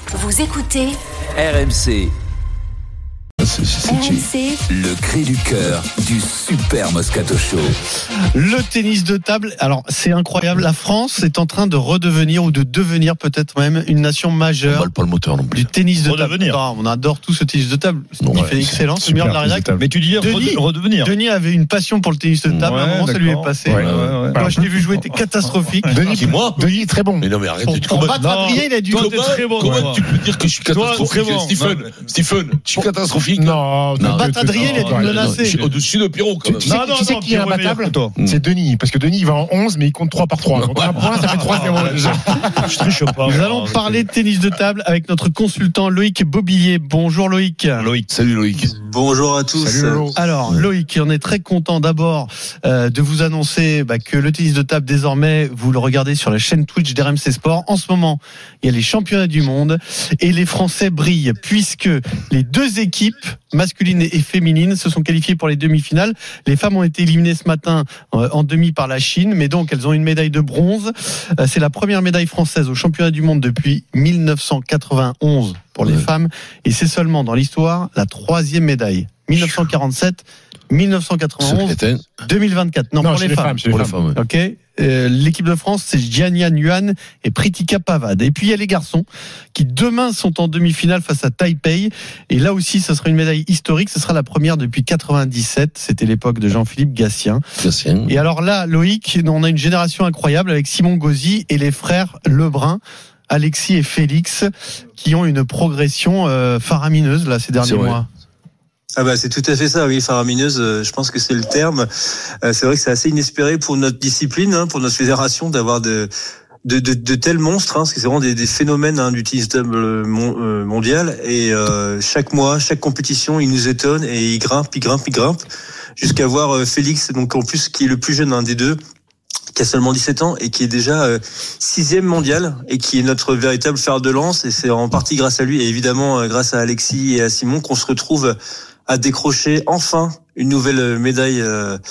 Vous écoutez RMC. RMC. Le cri du cœur du Super Moscato Show. Le tennis de table, alors c'est incroyable, la France est en train de redevenir ou de devenir peut-être même une nation majeure. On balle pas le moteur non plus. Du tennis de Redevenir. table. On adore tout ce tennis de table, Non, il ouais, fait excellent, c'est meilleur de la rédac. Mais tu dis redevenir. Denis avait une passion pour le tennis de table, à un moment ça lui est passé. Ouais. Moi je l'ai vu jouer, c'était catastrophique. Denis est très bon. Mais non, mais arrête. Pour battre Adrien, il a dû... Toi, t'es très bon. Comment tu peux dire que je suis catastrophique, très bon. Stephen, je suis catastrophique. Pour battre Adrien, il a dû me menacer. Je suis au-dessus de Pierrot quand même. Tu sais qui est imbattable ? C'est Denis, parce que Denis il va en 11 mais il compte 3 par 3. Donc un point, ça fait 3-0 déjà. Je triche pas. Nous allons parler de tennis de table avec notre consultant Loïc Bobillier. Bonjour Loïc. Salut Loïc. Bonjour à tous. Salut Lolo. Alors Loïc, on est très content d'abord de vous annoncer que le tennis de table désormais vous le regardez sur la chaîne Twitch d'RMC Sport. En ce moment, il y a les championnats du monde et les Français brillent puisque les deux équipes masculines et féminines se sont qualifiées pour les demi-finales. Les femmes ont été éliminées ce matin en demi par la Chine, mais donc elles ont une médaille de bronze. C'est la première médaille française aux championnats du monde depuis 1991 pour les femmes et c'est seulement dans l'histoire la troisième médaille. 1947, 1991, 2024. Non, pour chez les femmes. Chez les femmes. Ok. L'équipe de France, c'est Jianyan Yuan et Pritika Pavad. Et puis il y a les garçons qui demain sont en demi-finale face à Taipei. Et là aussi, ce sera une médaille historique. Ce sera la première depuis 97. C'était l'époque de Jean-Philippe Gatien. Et alors là, Loïc, on a une génération incroyable avec Simon Gauzy et les frères Lebrun, Alexis et Félix, qui ont une progression faramineuse là ces derniers mois. Ah bah c'est tout à fait ça, oui, faramineuse, je pense que c'est le terme. C'est vrai que c'est assez inespéré pour notre discipline, pour notre fédération, d'avoir de tels monstres, parce que c'est vraiment des phénomènes du tennis table mondial. Et chaque mois, chaque compétition, ils nous étonnent et ils grimpent, jusqu'à voir Félix, donc en plus qui est le plus jeune des deux, qui a seulement 17 ans et qui est déjà 6e mondial et qui est notre véritable fer de lance. Et c'est en partie grâce à lui et évidemment grâce à Alexis et à Simon qu'on se retrouve à décrocher enfin une nouvelle médaille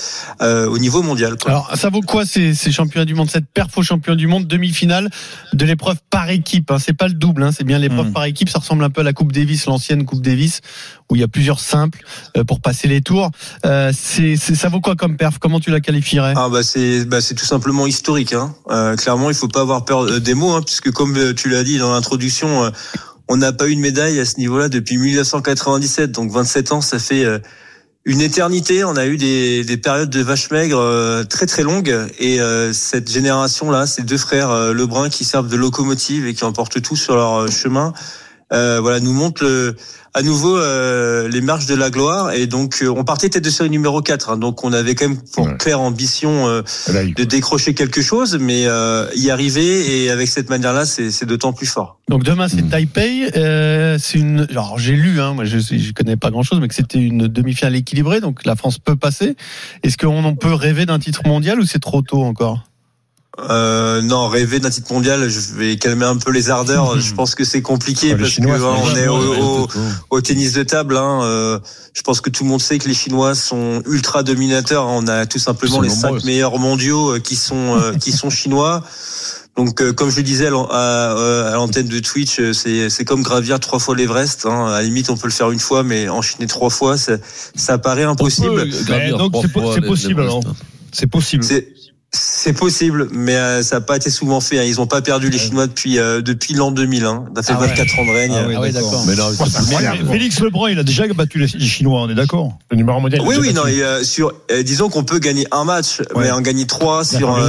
au niveau mondial. Alors, ça vaut quoi ces championnats du monde, cette perf aux champions du monde, demi-finale de l'épreuve par équipe, c'est pas le double, c'est bien l'épreuve par équipe. Ça ressemble un peu à la Coupe Davis, l'ancienne Coupe Davis, où il y a plusieurs simples pour passer les tours. Ça vaut quoi comme perf? Comment tu la qualifierais? C'est tout simplement historique. Clairement, il faut pas avoir peur des mots, puisque comme tu l'as dit dans l'introduction, on n'a pas eu une médaille à ce niveau-là depuis 1997, donc 27 ans, ça fait une éternité. On a eu des périodes de vaches maigres très très longues et cette génération-là, ces deux frères Lebrun qui servent de locomotive et qui emportent tout sur leur chemin, nous montre à nouveau les marches de la gloire. Et donc on partait tête de série numéro 4, donc on avait quand même pour claire ambition de décrocher quelque chose, mais y arriver et avec cette manière-là, c'est d'autant plus fort. Donc demain c'est Taipei, alors j'ai lu, moi je connais pas grand-chose, mais que c'était une demi-finale équilibrée, donc la France peut passer. Est-ce qu'on peut rêver d'un titre mondial ou c'est trop tôt encore? Non, rêver d'un titre mondial, je vais calmer un peu les ardeurs. Je pense que c'est compliqué parce que on est au tennis de table. Je pense que tout le monde sait que les Chinois sont ultra dominateurs. On a tout simplement les 5 meilleurs mondiaux qui sont chinois. Donc, comme je le disais à l'antenne de Twitch, c'est comme gravir 3 fois l'Everest. À la limite, on peut le faire une fois, mais enchaîner 3 fois, ça paraît impossible. Donc c'est possible alors. C'est possible. C'est possible, mais ça n'a pas été souvent fait. Ils n'ont pas perdu les Chinois depuis l'an 2000. Ça fait 24 ans de règne. D'accord. Mais là, Félix Lebrun, il a déjà battu les Chinois, on est d'accord? Le numéro mondial. Oui, non. Disons qu'on peut gagner un match, mais en gagner 3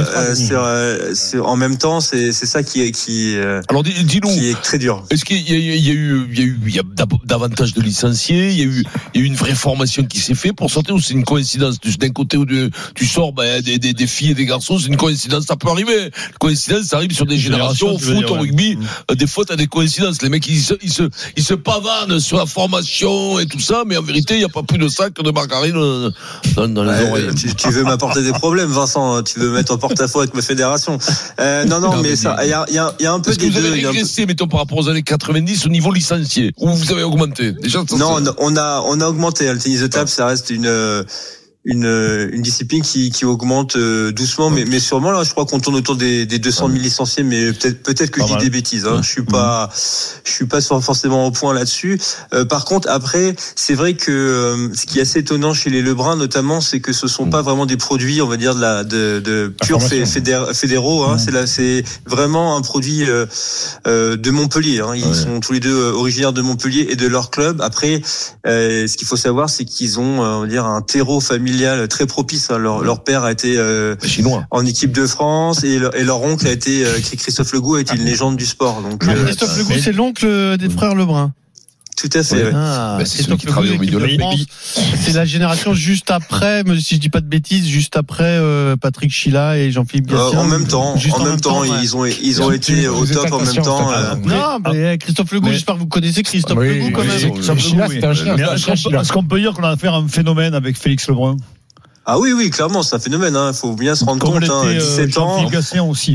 en même temps, c'est ça qui alors dis-nous, qui est très dur. Est-ce qu'il y a davantage de licenciés? Il y a eu une vraie formation qui s'est faite pour sortir, ou c'est une coïncidence d'un côté où tu sors des filles et des garçons, c'est une coïncidence, ça peut arriver. La coïncidence, ça arrive sur des générations, au foot, au rugby, des fois t'as des coïncidences. Les mecs, ils se pavanent sur la formation et tout ça, mais en vérité, il n'y a pas plus de sac de margarine dans les oreilles. Tu veux m'apporter des problèmes, Vincent? Tu veux mettre en porte-à-faux avec ma fédération? Non, mais ça, il y a un peu des deux. Est-ce que vous avez régressé, mettons, par rapport aux années 90 au niveau licencié? Ou vous avez augmenté? Déjà, non, on a augmenté. Le tennis de table, ça reste une discipline qui augmente doucement, mais sûrement là, je crois qu'on tourne autour des 200 000 licenciés, mais peut-être que je dis des bêtises. Hein. Je suis pas forcément au point là-dessus. Par contre, après, c'est vrai que ce qui est assez étonnant chez les Lebrun, notamment, c'est que ce sont pas vraiment des produits, on va dire de purs fédéraux. Hein. C'est vraiment un produit de Montpellier. Hein. Ils sont tous les deux originaires de Montpellier et de leur club. Après, ce qu'il faut savoir, c'est qu'ils ont, on va dire, un terreau familial très propice. Hein. Leur père a été chinois en équipe de France et leur oncle a été Christophe Legout a été une légende du sport. Donc Christophe Legout, c'est l'oncle des frères Lebrun. Tout à fait. Ouais. C'est celui qui travaille au milieu de la France. C'est la génération juste après, si je dis pas de bêtises, juste après Patrick Chila et Jean-Philippe Gatien. En même temps, ils ont été au top en même temps. Non, mais Christophe Legout, j'espère que vous connaissez Christophe Legout quand même. Chila, c'est un chien. Est-ce qu'on peut dire qu'on a affaire à un phénomène avec Félix Lebrun? Ah oui, clairement, c'est un phénomène. Il faut bien se rendre compte. 17 ans. Jean-Philippe Gatien aussi.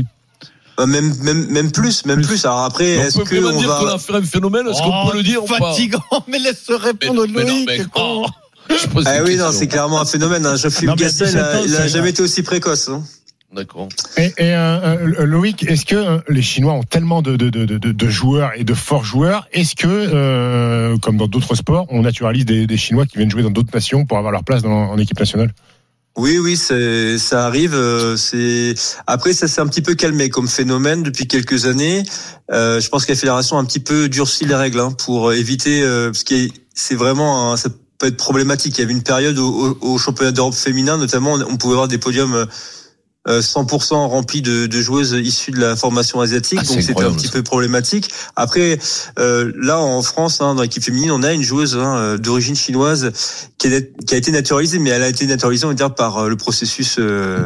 Même plus. Alors après, est-ce que on va faire un phénomène? Est-ce qu'on peut le dire ou pas? Fatigant, mais laisse répondre Loïc. Ah oui, non, c'est clairement un phénomène. Jean-Philippe Gatien, il a jamais été aussi précoce. Hein. D'accord. Et Loïc, est-ce que les Chinois ont tellement de joueurs et de forts joueurs? Est-ce que, comme dans d'autres sports, on naturalise des Chinois qui viennent jouer dans d'autres nations pour avoir leur place en équipe nationale? Oui, ça arrive. Après, ça s'est un petit peu calmé comme phénomène depuis quelques années. Je pense que la fédération a un petit peu durci les règles pour éviter, parce que c'est vraiment, ça peut être problématique. Il y avait une période au championnat d'Europe féminin, notamment, on pouvait avoir des podiums 100% rempli de joueuses issues de la formation asiatique, donc c'était un petit peu problématique. Après, là en France, dans l'équipe féminine, on a une joueuse d'origine chinoise qui a été naturalisée, mais elle a été naturalisée, on va dire, par le processus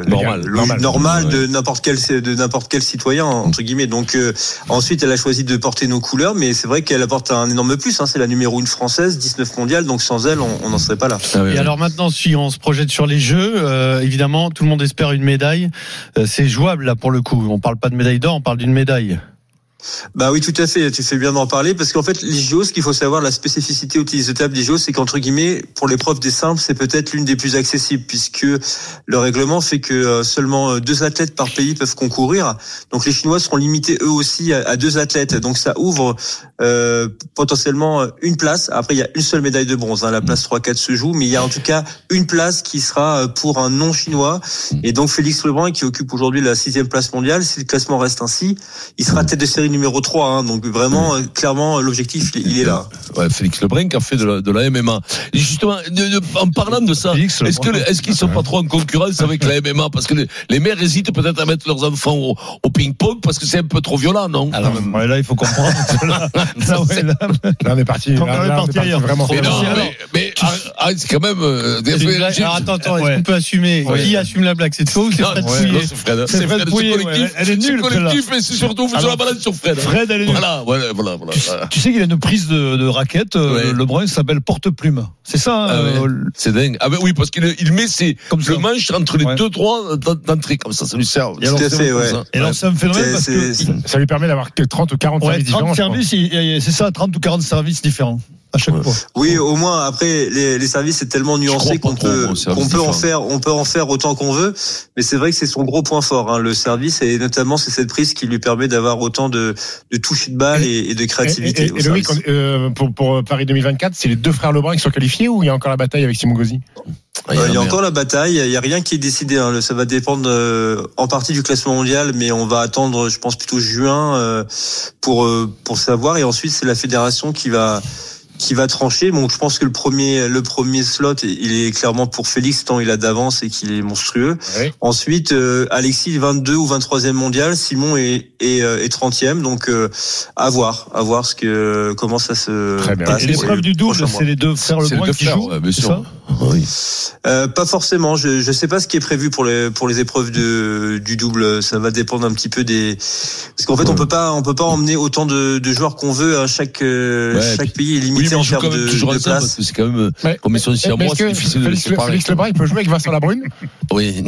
normal de n'importe quel citoyen entre guillemets. Donc ensuite, elle a choisi de porter nos couleurs, mais c'est vrai qu'elle apporte un énorme plus. C'est la numéro 1 française, 19 mondiale, donc sans elle, on n'en serait pas là. Et alors maintenant, si on se projette sur les Jeux, évidemment, tout le monde espère une médaille. C'est jouable là pour le coup. On parle pas de médaille d'or, on parle d'une médaille. Bah oui, tout à fait. Tu fais bien d'en parler parce qu'en fait, les JO, ce qu'il faut savoir, la spécificité au tennis de table des JO, c'est qu'entre guillemets, pour l'épreuve des simples, c'est peut-être l'une des plus accessibles puisque le règlement fait que seulement 2 athlètes par pays peuvent concourir. Donc les Chinois seront limités eux aussi à 2 athlètes. Donc ça ouvre potentiellement une place. Après, il y a une seule médaille de bronze. La place 3-4 se joue, mais il y a en tout cas une place qui sera pour un non-chinois. Et donc Félix Lebrun, qui occupe aujourd'hui la 6e place mondiale, si le classement reste ainsi, il sera tête de série numéro 3, donc vraiment clairement l'objectif il est là. Ouais, Félix Lebrun qui a fait de la MMA. Et justement, en parlant de ça, est-ce qu'ils sont pas trop en concurrence avec la MMA parce que les mères hésitent peut-être à mettre leurs enfants au ping-pong parce que c'est un peu trop violent, non? Alors, là il faut comprendre. Là on est parti. On est parti ailleurs. Vraiment. Mais c'est quand même. Alors attends, est-ce qu'on peut assumer? Qui assume la blague? C'est toi ou c'est Fred Pouillet? C'est Fred Pouillet. Elle est nulle. C'est collectif, mais c'est surtout sur la balance sur Fred. Elle est nulle. Voilà. Tu sais qu'il a une prise de raquette. Lebrun s'appelle porte-plume. C'est ça. C'est dingue. Ah ben oui, parce qu'il met le manche entre les 2 droits d'entrée comme ça lui sert. Tout à fait, ouais. Et alors c'est un phénomène parce que ça lui permet d'avoir que 30 ou 40 services différents. 30 services, c'est ça, 30 ou 40 services différents. À chaque fois. Oui, au moins après les services c'est tellement nuancé qu'on peut en faire autant qu'on veut, mais c'est vrai que c'est son gros point fort, le service, et notamment c'est cette prise qui lui permet d'avoir autant de toucher de balle et de créativité. Et Loïc, pour Paris 2024, c'est les 2 frères Lebrun qui sont qualifiés ou il y a encore la bataille avec Simon Gauzy? Il y a encore la bataille, il y a rien qui est décidé, ça va dépendre en partie du classement mondial, mais on va attendre, je pense plutôt juin pour savoir, et ensuite c'est la fédération qui va trancher. Bon, je pense que le premier slot, il est clairement pour Félix, tant il a d'avance et qu'il est monstrueux. Oui. Ensuite, Alexis est 22 ou 23e mondial, Simon est 30e, donc à voir comment ça se passe. Et l'épreuve du double, c'est les 2 frères Lebrun qui jouent, bien sûr. Oui. Pas forcément. Je sais pas ce qui est prévu pour les épreuves du double. Ça va dépendre un petit peu parce qu'en fait on peut pas emmener autant de joueurs qu'on veut. Chaque pays est limité en termes de place. C'est quand même comme ils sont ici à moi, c'est difficile de séparer. Félix Lebrun, il peut jouer avec Vincent Labrune? Oui.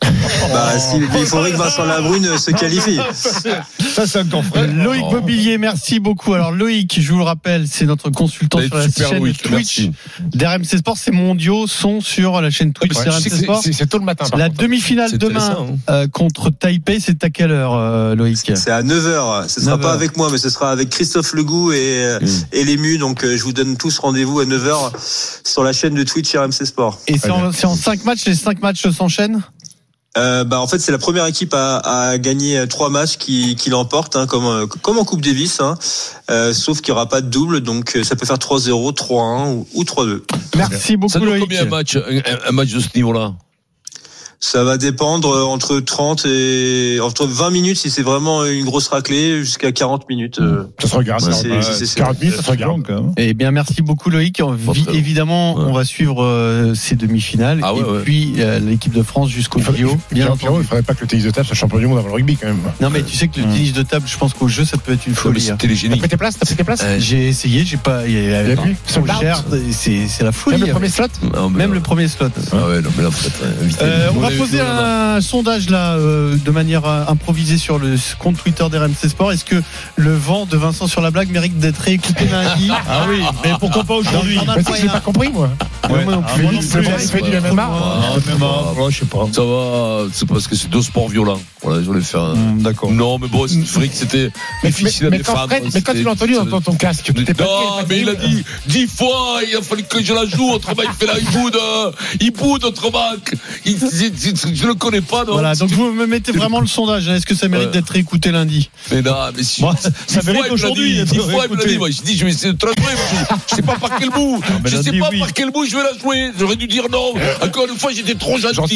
Il faudrait que Vincent Labrune se qualifie. Ça c'est encore frais. Loïc Mobilier, merci beaucoup. Alors Loïc, je vous le rappelle, c'est notre consultant sur la chaîne Twitch d'RMC Sport. C'est mondiaux infos sont sur la chaîne Twitch Ouais, RMC Sport. c'est tôt le matin. par La contre. demi-finale C'est demain contre Taipei, c'est à quelle heure, Loïc? C'est à 9h. Ce sera 9h. pas avec moi, mais ce sera avec Christophe Legout et l'ému. Donc, je vous donne tous rendez-vous à 9h sur la chaîne de Twitch RMC Sport. Et c'est en 5 matchs, les 5 matchs s'enchaînent? En fait, c'est la première équipe à gagner 3 matchs qui l'emporte, hein, comme en Coupe Davis, hein. Sauf qu'il n'y aura pas de double, donc ça peut faire 3-0, 3-1 ou 3-2. Merci beaucoup, Ça dure Loïc. combien un match de ce niveau-là? Ça va dépendre entre 20 minutes si c'est vraiment une grosse raclée, jusqu'à 40 minutes. Ça se regarde. C'est 40 minutes, ça se regarde. Eh bien, merci beaucoup, Loïc. Évidemment, on va suivre ces demi-finales puis l'équipe de France jusqu'au JO. Bien Pierrot, il ne faudrait pas que le tennis de table soit champion du monde avant le rugby, quand même. Non, mais tu sais que le tennis de table, je pense qu'au jeu, ça peut être une folie. C'est télégénique. T'as pris tes places J'ai essayé, j'ai pas. Il y a plus trop cher, c'est la folie. Même le premier slot Même le premier slot. Ah ouais, non, mais là, faut être On va poser un sondage là de manière improvisée sur le compte Twitter d'RMC Sport. Est-ce que le vent de Vincent sur la blague mérite d'être réécouté lundi? Ah oui, mais pourquoi pas aujourd'hui? J'ai pas compris, moi. Félix fait du MMA. Je sais pas. Ça va, c'est parce que c'est 2 sports violents. Voilà, je voulais faire. D'accord. Non, mais bon, c'est vrai que c'était difficile à défendre. Mais quand tu l'as entendu dans ton casque, tu t'es pas. Non, mais il a dit 10 fois, il a fallu que je la joue, autrement il fait là, il boude autrement. Je le connais pas, non. Voilà, donc vous me mettez vraiment le sondage. Est-ce que ça mérite d'être réécouté lundi? Mais non, mais si. Ça mérite aujourd'hui. 10 fois, il me l'a dit. Moi, j'ai dit, je vais essayer de te la jouer. Je sais pas par quel bout. Je sais pas par quel bout je vais la jouer. J'aurais dû dire non. Encore une fois, j'étais trop gentil.